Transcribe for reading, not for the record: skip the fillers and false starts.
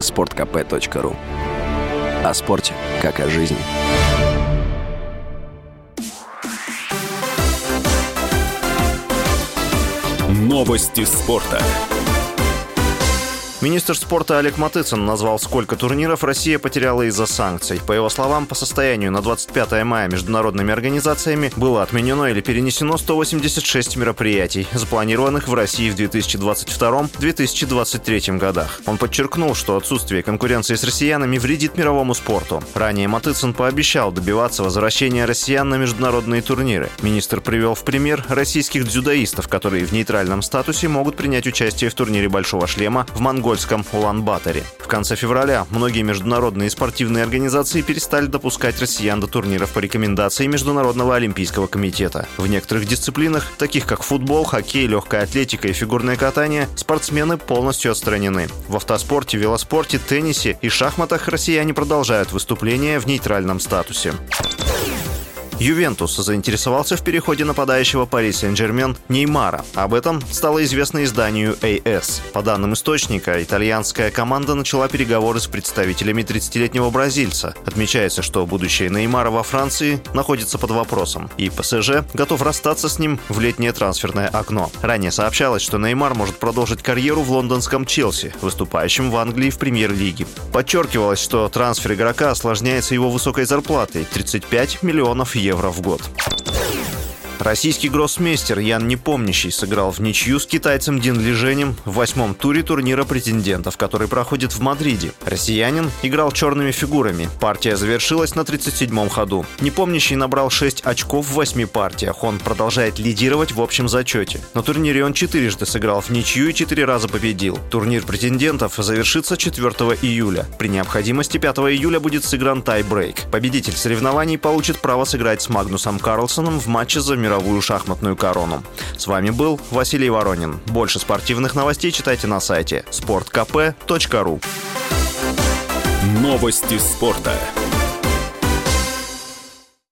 sportkp.ru. О спорте, как о жизни. Новости спорта. Министр спорта Олег Матыцын назвал, сколько турниров Россия потеряла из-за санкций. По его словам, по состоянию на 25 мая международными организациями было отменено или перенесено 186 мероприятий, запланированных в России в 2022-2023 годах. Он подчеркнул, что отсутствие конкуренции с россиянами вредит мировому спорту. Ранее Матыцын пообещал добиваться возвращения россиян на международные турниры. Министр привел в пример российских дзюдоистов, которые в нейтральном статусе могут принять участие в турнире «Большого шлема» в монгольском Улан-Баторе. В конце февраля многие международные спортивные организации перестали допускать россиян до турниров по рекомендации Международного олимпийского комитета. В некоторых дисциплинах, таких как футбол, хоккей, легкая атлетика и фигурное катание, спортсмены полностью отстранены. В автоспорте, велоспорте, теннисе и шахматах россияне продолжают выступления в нейтральном статусе. Ювентус заинтересовался в переходе нападающего Пари Сен-Жермен Неймара. Об этом стало известно изданию AS. По данным источника, итальянская команда начала переговоры с представителями 30-летнего бразильца. Отмечается, что будущее Неймара во Франции находится под вопросом, и ПСЖ готов расстаться с ним в летнее трансферное окно. Ранее сообщалось, что Неймар может продолжить карьеру в лондонском Челси, выступающем в Англии в премьер-лиге. Подчеркивалось, что трансфер игрока осложняется его высокой зарплатой – 35 миллионов евро в год. Российский гроссмейстер Ян Непомнящий сыграл в ничью с китайцем Дин Лиженем в 8-м туре турнира претендентов, который проходит в Мадриде. Россиянин играл черными фигурами. Партия завершилась на 37-м ходу. Непомнящий набрал 6 очков в 8 партиях. Он продолжает лидировать в общем зачете. На турнире он 4-жды сыграл в ничью и 4 раза победил. Турнир претендентов завершится 4 июля. При необходимости 5 июля будет сыгран тай-брейк. Победитель соревнований получит право сыграть с Магнусом Карлсоном в матче за мировую шахматную корону. С вами был Василий Воронин. Больше спортивных новостей читайте на сайте sportkp.ru. Новости спорта.